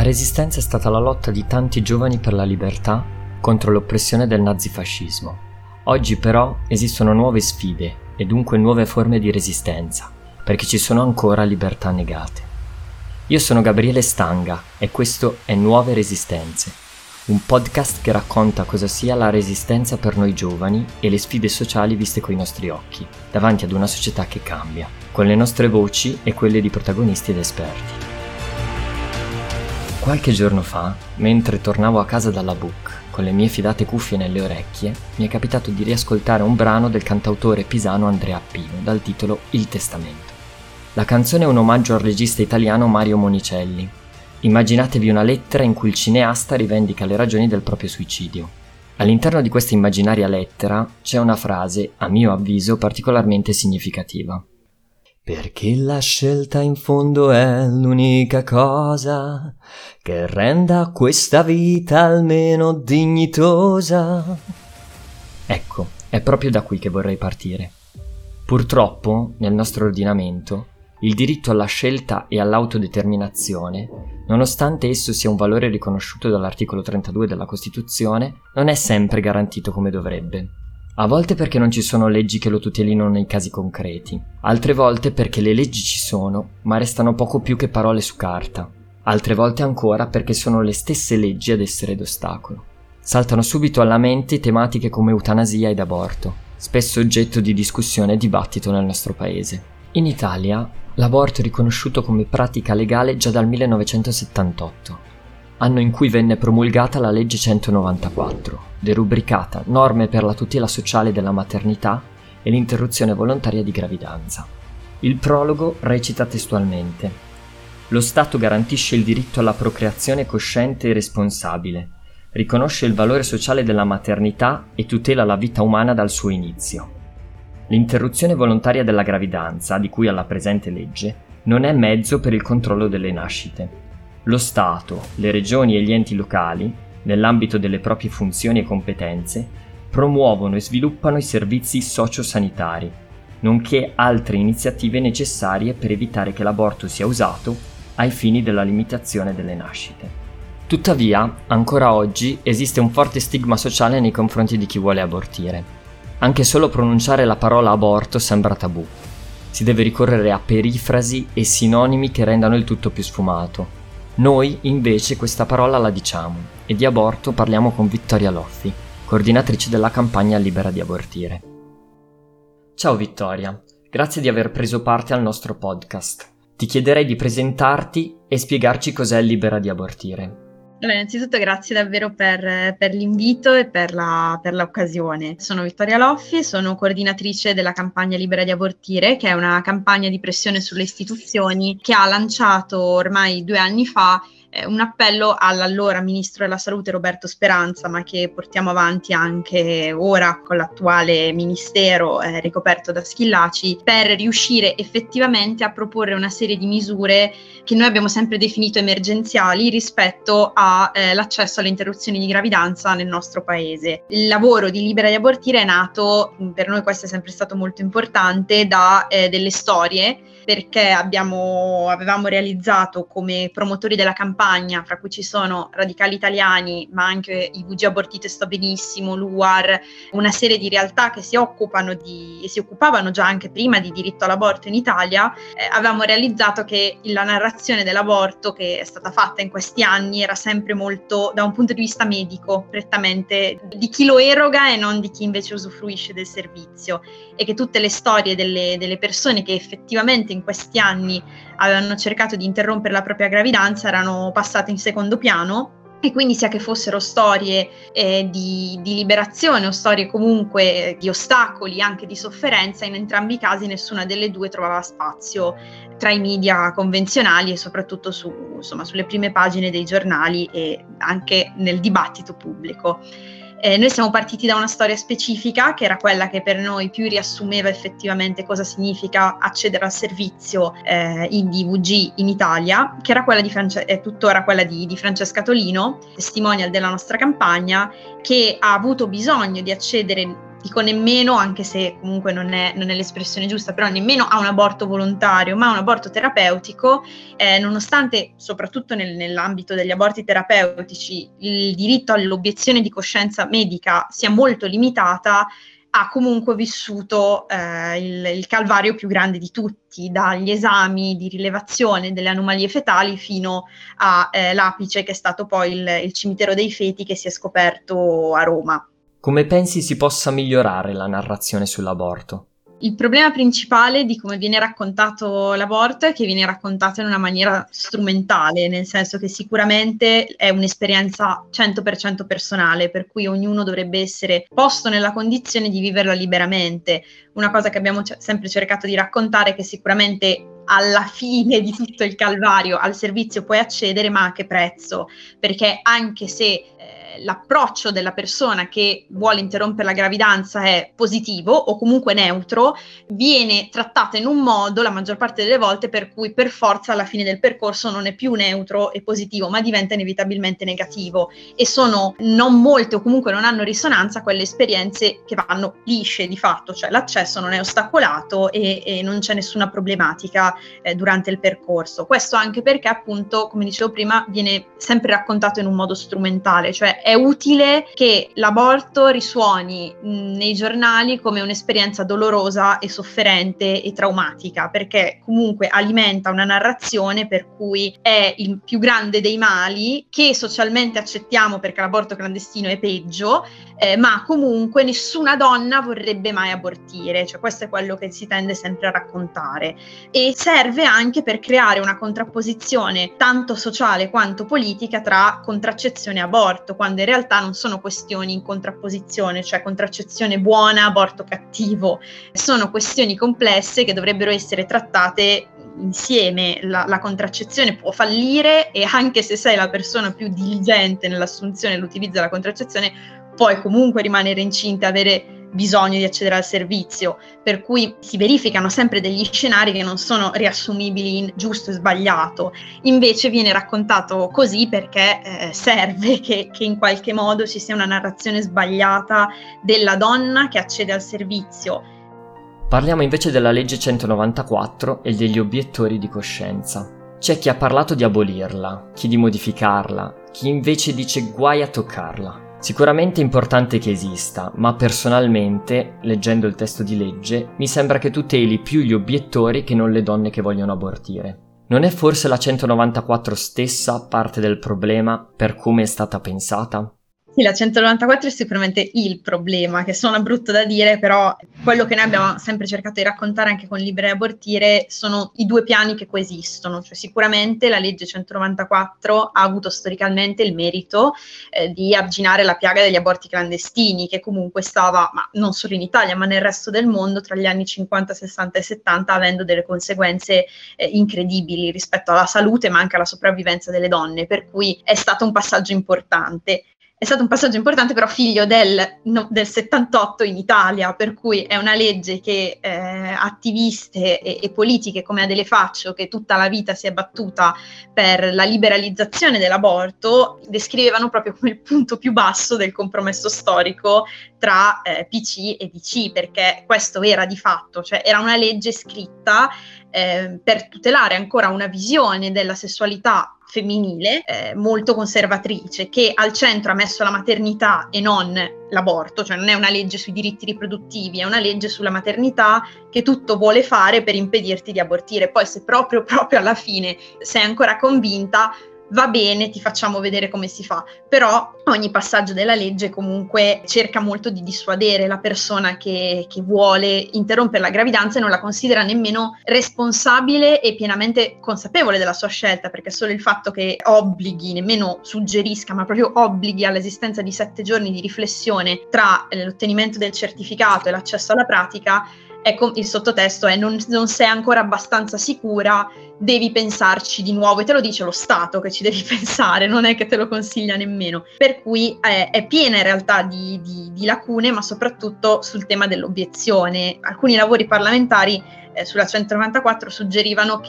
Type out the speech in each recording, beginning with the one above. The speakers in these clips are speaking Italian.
Resistenza è stata la lotta di tanti giovani per la libertà contro l'oppressione del nazifascismo. Oggi però esistono nuove sfide e dunque nuove forme di resistenza, perché ci sono ancora libertà negate. Io sono Gabriele Stanga e questo è Nuove Resistenze, un podcast che racconta cosa sia la resistenza per noi giovani e le sfide sociali viste coi nostri occhi, davanti ad una società che cambia, con le nostre voci e quelle di protagonisti ed esperti. Qualche giorno fa, mentre tornavo a casa dalla BUC, con le mie fidate cuffie nelle orecchie, mi è capitato di riascoltare un brano del cantautore pisano Andrea Pino dal titolo Il Testamento. La canzone è un omaggio al regista italiano Mario Monicelli. Immaginatevi una lettera in cui il cineasta rivendica le ragioni del proprio suicidio. All'interno di questa immaginaria lettera c'è una frase, a mio avviso, particolarmente significativa. Perché la scelta in fondo è l'unica cosa che renda questa vita almeno dignitosa. Ecco, è proprio da qui che vorrei partire. Purtroppo, nel nostro ordinamento, il diritto alla scelta e all'autodeterminazione, nonostante esso sia un valore riconosciuto dall'articolo 32 della Costituzione, non è sempre garantito come dovrebbe. A volte perché non ci sono leggi che lo tutelino nei casi concreti, altre volte perché le leggi ci sono, ma restano poco più che parole su carta, altre volte ancora perché sono le stesse leggi ad essere d'ostacolo. Saltano subito alla mente tematiche come eutanasia ed aborto, spesso oggetto di discussione e dibattito nel nostro paese. In Italia, l'aborto è riconosciuto come pratica legale già dal 1978. Anno in cui venne promulgata la legge 194, derubricata Norme per la tutela sociale della maternità e l'interruzione volontaria di gravidanza. Il prologo recita testualmente: lo Stato garantisce il diritto alla procreazione cosciente e responsabile, riconosce il valore sociale della maternità e tutela la vita umana dal suo inizio. L'interruzione volontaria della gravidanza, di cui alla presente legge, non è mezzo per il controllo delle nascite. Lo Stato, le regioni e gli enti locali, nell'ambito delle proprie funzioni e competenze, promuovono e sviluppano i servizi sociosanitari, nonché altre iniziative necessarie per evitare che l'aborto sia usato ai fini della limitazione delle nascite. Tuttavia, ancora oggi esiste un forte stigma sociale nei confronti di chi vuole abortire. Anche solo pronunciare la parola aborto sembra tabù. Si deve ricorrere a perifrasi e sinonimi che rendano il tutto più sfumato. Noi, invece, questa parola la diciamo, e di aborto parliamo con Vittoria Loffi, coordinatrice della campagna Libera di abortire. Ciao Vittoria, grazie di aver preso parte al nostro podcast. Ti chiederei di presentarti e spiegarci cos'è Libera di abortire. Allora, innanzitutto grazie davvero per l'invito e per l'occasione. Sono Vittoria Loffi, sono coordinatrice della campagna Libera di abortire, che è una campagna di pressione sulle istituzioni che ha lanciato ormai 2 anni fa un appello all'allora Ministro della Salute Roberto Speranza, ma che portiamo avanti anche ora con l'attuale Ministero ricoperto da Schillaci, per riuscire effettivamente a proporre una serie di misure che noi abbiamo sempre definito emergenziali rispetto all'accesso alle interruzioni di gravidanza nel nostro paese. Il lavoro di Libera di abortire è nato, per noi questo è sempre stato molto importante, da delle storie, perché avevamo realizzato come promotori della campagna, fra cui ci sono Radicali Italiani, ma anche i VG Abortite Sto Benissimo, l'UAR, una serie di realtà che si occupano e si occupavano già anche prima di diritto all'aborto in Italia. Avevamo realizzato che la narrazione dell'aborto che è stata fatta in questi anni era sempre molto, da un punto di vista medico, prettamente di chi lo eroga e non di chi invece usufruisce del servizio, e che tutte le storie delle persone che effettivamente in questi anni avevano cercato di interrompere la propria gravidanza erano passate in secondo piano, e quindi sia che fossero storie di liberazione o storie comunque di ostacoli, anche di sofferenza, in entrambi i casi nessuna delle due trovava spazio tra i media convenzionali e soprattutto sulle prime pagine dei giornali e anche nel dibattito pubblico. Noi siamo partiti da una storia specifica, che era quella che per noi più riassumeva effettivamente cosa significa accedere al servizio in DVG in Italia, che era quella è tuttora quella di Francesca Tolino, testimonial della nostra campagna, che ha avuto bisogno di accedere dico nemmeno, anche se comunque non è l'espressione giusta, però nemmeno a un aborto volontario, ma a un aborto terapeutico, nonostante soprattutto nell'ambito degli aborti terapeutici il diritto all'obiezione di coscienza medica sia molto limitata, ha comunque vissuto il calvario più grande di tutti, dagli esami di rilevazione delle anomalie fetali fino all'apice che è stato poi il cimitero dei feti che si è scoperto a Roma. Come pensi si possa migliorare la narrazione sull'aborto? Il problema principale di come viene raccontato l'aborto è che viene raccontato in una maniera strumentale, nel senso che sicuramente è un'esperienza 100% personale, per cui ognuno dovrebbe essere posto nella condizione di viverla liberamente. Una cosa che abbiamo sempre cercato di raccontare è che sicuramente alla fine di tutto il calvario al servizio puoi accedere, ma a che prezzo? Perché anche se l'approccio della persona che vuole interrompere la gravidanza è positivo o comunque neutro, viene trattata in un modo la maggior parte delle volte per cui per forza alla fine del percorso non è più neutro e positivo, ma diventa inevitabilmente negativo, e sono non molte o comunque non hanno risonanza quelle esperienze che vanno lisce di fatto, cioè l'accesso non è ostacolato e non c'è nessuna problematica durante il percorso. Questo anche perché appunto, come dicevo prima, viene sempre raccontato in un modo strumentale, cioè è utile che l'aborto risuoni nei giornali come un'esperienza dolorosa e sofferente e traumatica, perché comunque alimenta una narrazione per cui è il più grande dei mali che socialmente accettiamo perché l'aborto clandestino è peggio, ma comunque nessuna donna vorrebbe mai abortire, cioè questo è quello che si tende sempre a raccontare, e serve anche per creare una contrapposizione tanto sociale quanto politica tra contraccezione e aborto, quando in realtà non sono questioni in contrapposizione, cioè contraccezione buona, aborto cattivo, sono questioni complesse che dovrebbero essere trattate insieme. La contraccezione può fallire e anche se sei la persona più diligente nell'assunzione e l'utilizzo della contraccezione puoi comunque rimanere incinta e avere bisogno di accedere al servizio, per cui si verificano sempre degli scenari che non sono riassumibili in giusto e sbagliato. Invece viene raccontato così perché serve che in qualche modo ci sia una narrazione sbagliata della donna che accede al servizio. Parliamo invece della legge 194 e degli obiettori di coscienza. C'è chi ha parlato di abolirla, chi di modificarla, chi invece dice guai a toccarla. Sicuramente è importante che esista, ma personalmente, leggendo il testo di legge, mi sembra che tuteli più gli obiettori che non le donne che vogliono abortire. Non è forse la 194 stessa parte del problema per come è stata pensata? Sì, la 194 è sicuramente il problema, che suona brutto da dire, però quello che noi abbiamo sempre cercato di raccontare anche con Libera e Abortire sono i due piani che coesistono, cioè sicuramente la legge 194 ha avuto storicamente il merito di arginare la piaga degli aborti clandestini, che comunque stava, ma non solo in Italia, ma nel resto del mondo tra gli anni 50, 60 e 70 avendo delle conseguenze incredibili rispetto alla salute, ma anche alla sopravvivenza delle donne, per cui è stato un passaggio importante. È stato un passaggio importante però figlio del 78 in Italia, per cui è una legge che attiviste e politiche come Adele Faccio, che tutta la vita si è battuta per la liberalizzazione dell'aborto, descrivevano proprio come il punto più basso del compromesso storico tra PC e DC, perché questo era di fatto, cioè era una legge scritta per tutelare ancora una visione della sessualità femminile molto conservatrice, che al centro ha messo la maternità e non l'aborto, cioè non è una legge sui diritti riproduttivi, è una legge sulla maternità che tutto vuole fare per impedirti di abortire. Poi se proprio alla fine sei ancora convinta, va bene, ti facciamo vedere come si fa, però ogni passaggio della legge comunque cerca molto di dissuadere la persona che vuole interrompere la gravidanza e non la considera nemmeno responsabile e pienamente consapevole della sua scelta, perché solo il fatto che obblighi, nemmeno suggerisca, ma proprio obblighi all'esistenza di 7 giorni di riflessione tra l'ottenimento del certificato e l'accesso alla pratica, ecco, il sottotesto è non sei ancora abbastanza sicura, devi pensarci di nuovo, e te lo dice lo Stato che ci devi pensare, non è che te lo consiglia nemmeno, per cui è piena in realtà di lacune, ma soprattutto sul tema dell'obiezione. Alcuni lavori parlamentari sulla 194 suggerivano che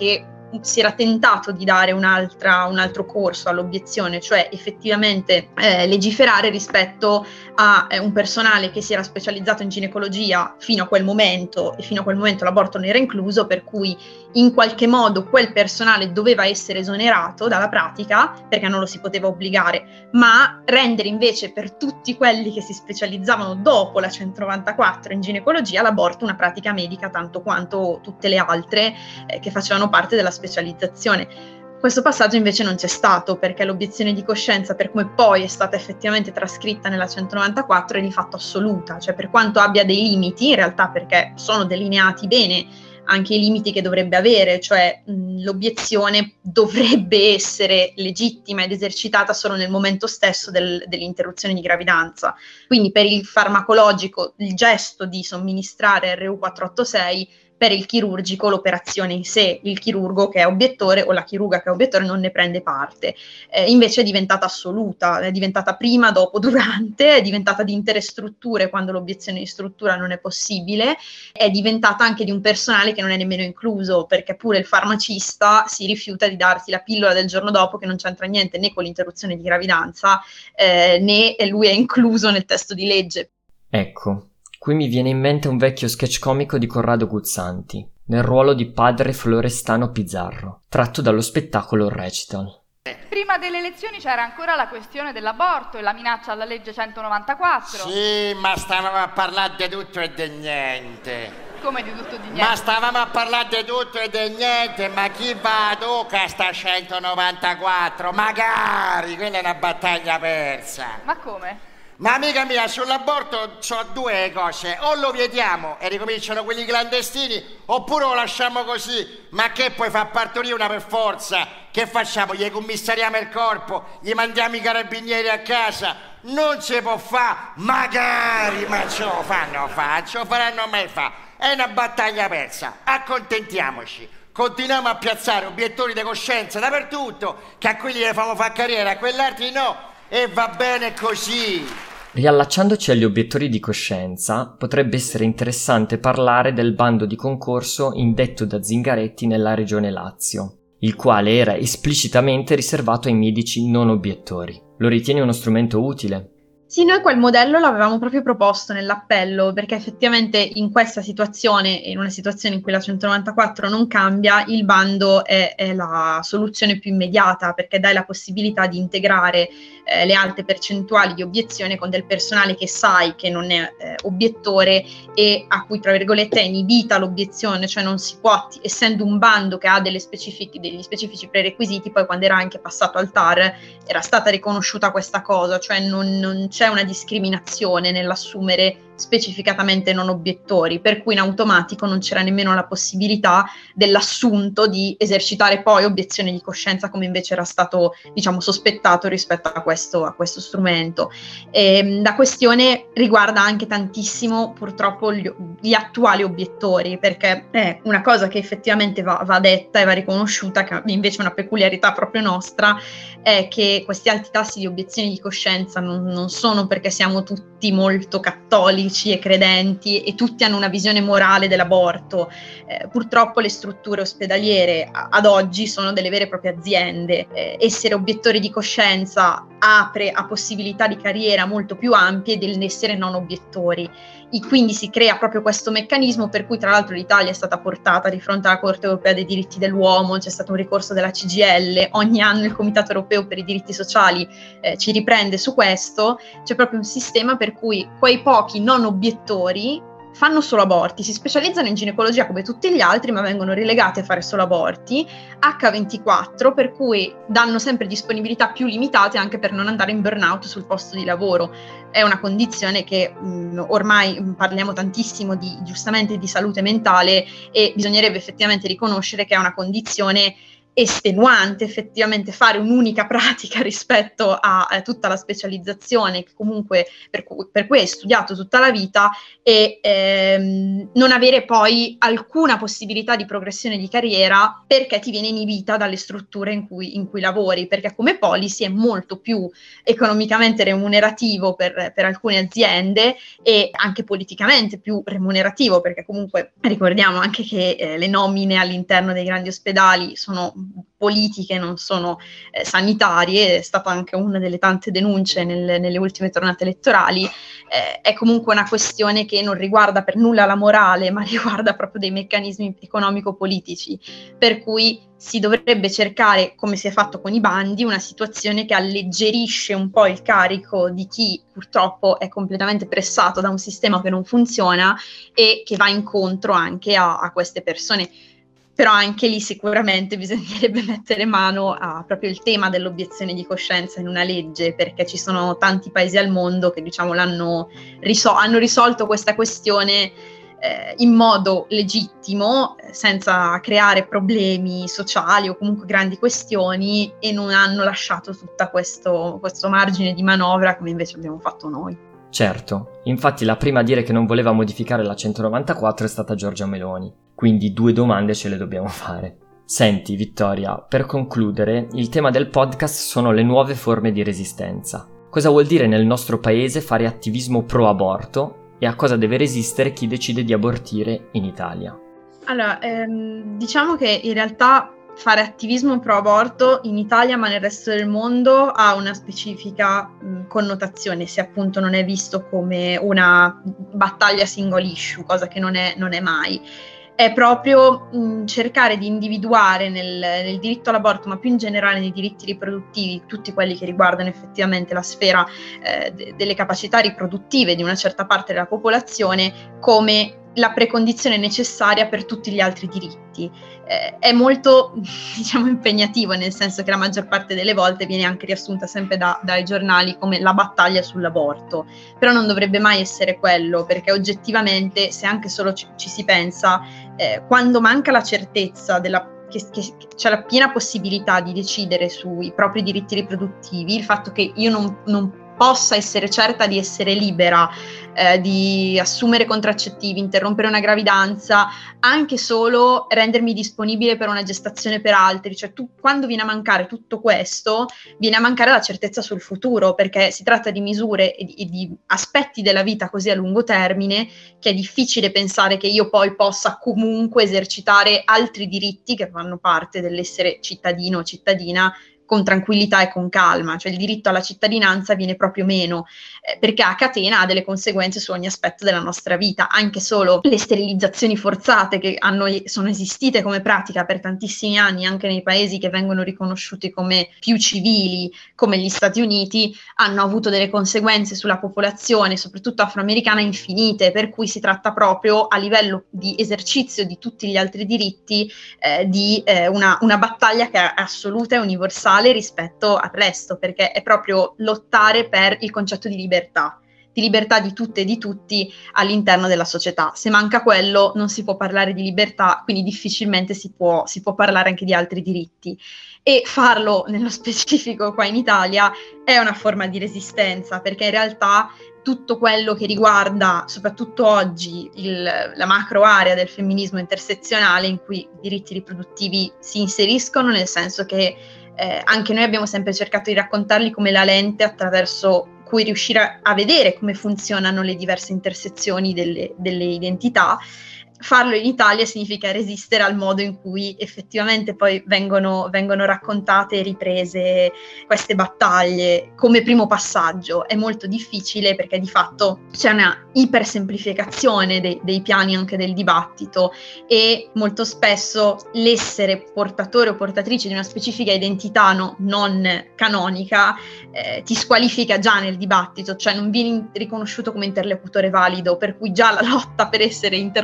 si era tentato di dare un altro corso all'obiezione, cioè effettivamente legiferare rispetto a un personale che si era specializzato in ginecologia fino a quel momento, e fino a quel momento l'aborto non era incluso, per cui in qualche modo quel personale doveva essere esonerato dalla pratica, perché non lo si poteva obbligare, ma rendere invece per tutti quelli che si specializzavano dopo la 194 in ginecologia l'aborto una pratica medica tanto quanto tutte le altre che facevano parte della specializzazione. Questo passaggio invece non c'è stato, perché l'obiezione di coscienza, per come poi è stata effettivamente trascritta nella 194, è di fatto assoluta, cioè per quanto abbia dei limiti, in realtà perché sono delineati bene anche i limiti che dovrebbe avere, cioè l'obiezione dovrebbe essere legittima ed esercitata solo nel momento stesso dell'interruzione di gravidanza. Quindi per il farmacologico il gesto di somministrare RU486, per il chirurgico l'operazione in sé, il chirurgo che è obiettore o la chirurga che è obiettore non ne prende parte. Invece è diventata assoluta, è diventata prima, dopo, durante, è diventata di intere strutture quando l'obiezione di struttura non è possibile, è diventata anche di un personale che non è nemmeno incluso, perché pure il farmacista si rifiuta di darti la pillola del giorno dopo che non c'entra niente né con l'interruzione di gravidanza né lui è incluso nel testo di legge. Ecco, qui mi viene in mente un vecchio sketch comico di Corrado Guzzanti, nel ruolo di padre Florestano Pizzarro, tratto dallo spettacolo Recital. Prima delle elezioni c'era ancora la questione dell'aborto e la minaccia alla legge 194. Sì, ma stavamo a parlare di tutto e di niente. Come di tutto e di niente? Ma stavamo a parlare di tutto e di niente, ma chi va a tocca sta 194? Magari, quella è una battaglia persa. Ma come? Ma amica mia, sull'aborto c'ho due cose: o lo vietiamo e ricominciano quelli clandestini, oppure lo lasciamo così. Ma che poi fa partorire una per forza? Che facciamo? Gli commissariamo il corpo? Gli mandiamo i carabinieri a casa? Non si può fare, magari, ma ce lo fanno fa, ce lo faranno mai fa. È una battaglia persa, accontentiamoci. Continuiamo a piazzare obiettori di coscienza dappertutto, che a quelli le fanno fare carriera, a quell'altri no. E va bene così. Riallacciandoci agli obiettori di coscienza, potrebbe essere interessante parlare del bando di concorso indetto da Zingaretti nella regione Lazio, il quale era esplicitamente riservato ai medici non obiettori. Lo ritieni uno strumento utile? Sì, noi quel modello l'avevamo proprio proposto nell'appello, perché effettivamente in questa situazione, in una situazione in cui la 194 non cambia, il bando è la soluzione più immediata, perché dai la possibilità di integrare le alte percentuali di obiezione con del personale che sai che non è obiettore e a cui, tra virgolette, è inibita l'obiezione, cioè non si può, essendo un bando che ha degli specifici prerequisiti, poi quando era anche passato al TAR era stata riconosciuta questa cosa, cioè non c'è una discriminazione nell'assumere specificatamente non obiettori, per cui in automatico non c'era nemmeno la possibilità dell'assunto di esercitare poi obiezione di coscienza, come invece era stato, diciamo, sospettato rispetto a questo strumento. La questione riguarda anche tantissimo purtroppo gli attuali obiettori, perché è una cosa che effettivamente va detta e va riconosciuta, che invece è una peculiarità proprio nostra, è che questi alti tassi di obiezioni di coscienza non sono perché siamo tutti molto cattolici e credenti e tutti hanno una visione morale dell'aborto. Purtroppo le strutture ospedaliere ad oggi sono delle vere e proprie aziende. Essere obiettori di coscienza apre a possibilità di carriera molto più ampie dell'essere non obiettori. E quindi si crea proprio questo meccanismo per cui tra l'altro l'Italia è stata portata di fronte alla Corte Europea dei Diritti dell'Uomo, c'è stato un ricorso della CGIL, ogni anno il Comitato Europeo per i Diritti Sociali ci riprende su questo. C'è proprio un sistema per cui quei pochi non obiettori fanno solo aborti, si specializzano in ginecologia come tutti gli altri, ma vengono relegati a fare solo aborti, H24, per cui danno sempre disponibilità più limitate anche per non andare in burnout sul posto di lavoro. È una condizione che ormai parliamo tantissimo giustamente di salute mentale, e bisognerebbe effettivamente riconoscere che è una condizione estenuante effettivamente fare un'unica pratica rispetto a tutta la specializzazione che comunque per cui hai studiato tutta la vita, e non avere poi alcuna possibilità di progressione di carriera perché ti viene inibita dalle strutture in cui lavori, perché come policy è molto più economicamente remunerativo per alcune aziende e anche politicamente più remunerativo, perché comunque ricordiamo anche che le nomine all'interno dei grandi ospedali sono politiche, non sono sanitarie. È stata anche una delle tante denunce nelle ultime tornate elettorali. È comunque una questione che non riguarda per nulla la morale, ma riguarda proprio dei meccanismi economico-politici, per cui si dovrebbe cercare, come si è fatto con i bandi, una situazione che alleggerisce un po' il carico di chi purtroppo è completamente pressato da un sistema che non funziona e che va incontro anche a queste persone. Però anche lì sicuramente bisognerebbe mettere mano a proprio il tema dell'obiezione di coscienza in una legge, perché ci sono tanti paesi al mondo che, diciamo, hanno risolto questa questione in modo legittimo, senza creare problemi sociali o comunque grandi questioni, e non hanno lasciato tutto questo margine di manovra come invece abbiamo fatto noi. Certo, infatti la prima a dire che non voleva modificare la 194 è stata Giorgia Meloni, quindi 2 domande ce le dobbiamo fare. Senti Vittoria, per concludere, il tema del podcast sono le nuove forme di resistenza. Cosa vuol dire nel nostro paese fare attivismo pro aborto e a cosa deve resistere chi decide di abortire in Italia? Allora, diciamo che in realtà fare attivismo pro aborto in Italia, ma nel resto del mondo, ha una specifica connotazione, se appunto non è visto come una battaglia single issue, cosa che non è mai. È proprio cercare di individuare nel diritto all'aborto, ma più in generale nei diritti riproduttivi, tutti quelli che riguardano effettivamente la sfera delle capacità riproduttive di una certa parte della popolazione, come la precondizione necessaria per tutti gli altri diritti. È molto, diciamo, impegnativo, nel senso che la maggior parte delle volte viene anche riassunta sempre dai giornali come la battaglia sull'aborto, però non dovrebbe mai essere quello, perché oggettivamente, se anche solo ci si pensa, quando manca la certezza che c'è la piena possibilità di decidere sui propri diritti riproduttivi, il fatto che io non possa essere certa di essere libera di assumere contraccettivi, interrompere una gravidanza, anche solo rendermi disponibile per una gestazione per altri, cioè quando viene a mancare tutto questo, viene a mancare la certezza sul futuro, perché si tratta di misure e di aspetti della vita così a lungo termine che è difficile pensare che io poi possa comunque esercitare altri diritti che fanno parte dell'essere cittadino o cittadina con tranquillità e con calma. Cioè il diritto alla cittadinanza viene proprio meno, perché a catena ha delle conseguenze su ogni aspetto della nostra vita. Anche solo le sterilizzazioni forzate che sono esistite come pratica per tantissimi anni anche nei paesi che vengono riconosciuti come più civili, come gli Stati Uniti, hanno avuto delle conseguenze sulla popolazione, soprattutto afroamericana, infinite, per cui si tratta proprio, a livello di esercizio di tutti gli altri diritti, di una battaglia che è assoluta e universale rispetto al resto, perché è proprio lottare per il concetto di libertà di tutte e di tutti all'interno della società. Se manca quello non si può parlare di libertà, quindi difficilmente si può parlare anche di altri diritti. E farlo nello specifico qua in Italia è una forma di resistenza, perché in realtà tutto quello che riguarda, soprattutto oggi, la macro area del femminismo intersezionale, in cui i diritti riproduttivi si inseriscono, nel senso che anche noi abbiamo sempre cercato di raccontarli come la lente attraverso cui riuscire a vedere come funzionano le diverse intersezioni delle identità. Farlo in Italia significa resistere al modo in cui effettivamente poi vengono raccontate e riprese queste battaglie come primo passaggio. È molto difficile perché di fatto c'è una ipersemplificazione dei piani anche del dibattito, e molto spesso l'essere portatore o portatrice di una specifica identità non canonica ti squalifica già nel dibattito, cioè non vieni riconosciuto come interlocutore valido, per cui già la lotta per essere interlocutore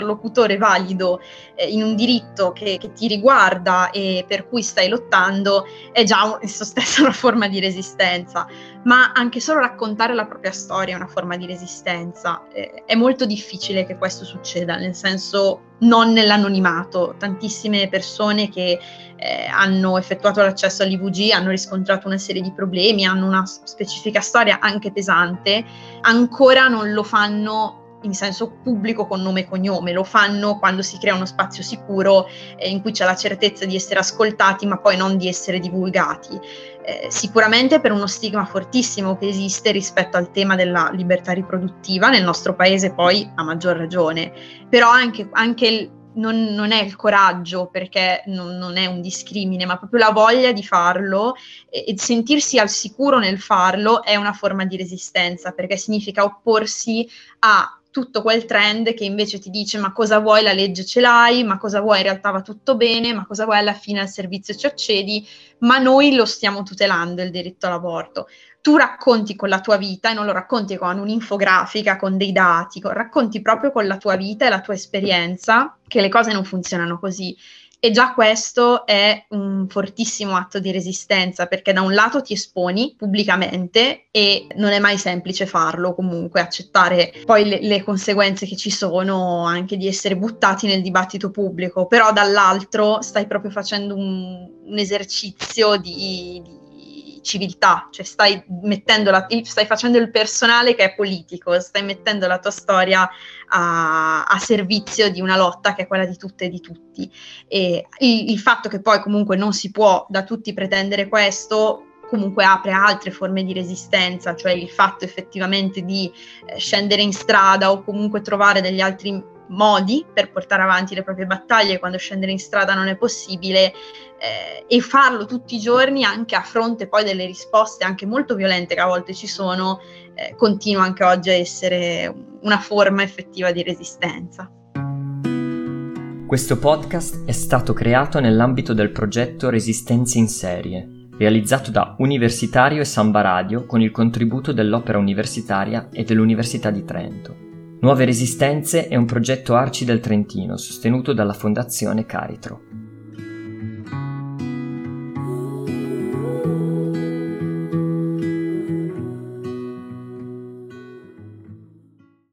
difensore valido in un diritto che ti riguarda e per cui stai lottando è già esso stesso una forma di resistenza, ma anche solo raccontare la propria storia è una forma di resistenza. È molto difficile che questo succeda, nel senso non nell'anonimato. Tantissime persone che hanno effettuato l'accesso all'IVG hanno riscontrato una serie di problemi, hanno una specifica storia anche pesante, ancora non lo fanno in senso pubblico con nome e cognome, lo fanno quando si crea uno spazio sicuro in cui c'è la certezza di essere ascoltati ma poi non di essere divulgati. Sicuramente per uno stigma fortissimo che esiste rispetto al tema della libertà riproduttiva, nel nostro paese poi a maggior ragione, però anche non è il coraggio, perché non è un discrimine, ma proprio la voglia di farlo e sentirsi al sicuro nel farlo è una forma di resistenza, perché significa opporsi a tutto quel trend che invece ti dice ma cosa vuoi, la legge ce l'hai, ma cosa vuoi, in realtà va tutto bene, ma cosa vuoi, alla fine al servizio ci accedi, ma noi lo stiamo tutelando il diritto all'aborto. Tu racconti con la tua vita e non lo racconti con un'infografica, con dei dati, racconti proprio con la tua vita e la tua esperienza che le cose non funzionano così. E già questo è un fortissimo atto di resistenza, perché da un lato ti esponi pubblicamente e non è mai semplice farlo, comunque accettare poi le conseguenze che ci sono anche di essere buttati nel dibattito pubblico, però dall'altro stai proprio facendo un esercizio di civiltà, cioè stai facendo il personale che è politico, stai mettendo la tua storia a servizio di una lotta che è quella di tutte e di tutti. E il fatto che poi comunque non si può da tutti pretendere questo comunque apre a altre forme di resistenza, cioè il fatto effettivamente di scendere in strada o comunque trovare degli altri modi per portare avanti le proprie battaglie quando scendere in strada non è possibile, e farlo tutti i giorni anche a fronte poi delle risposte anche molto violente che a volte ci sono, continua anche oggi a essere una forma effettiva di resistenza. Questo podcast è stato creato nell'ambito del progetto Resistenze in Serie, realizzato da Universitario e Samba Radio con il contributo dell'Opera Universitaria e dell'Università di Trento. Nuove Resistenze è un progetto Arci del Trentino sostenuto dalla Fondazione Caritro.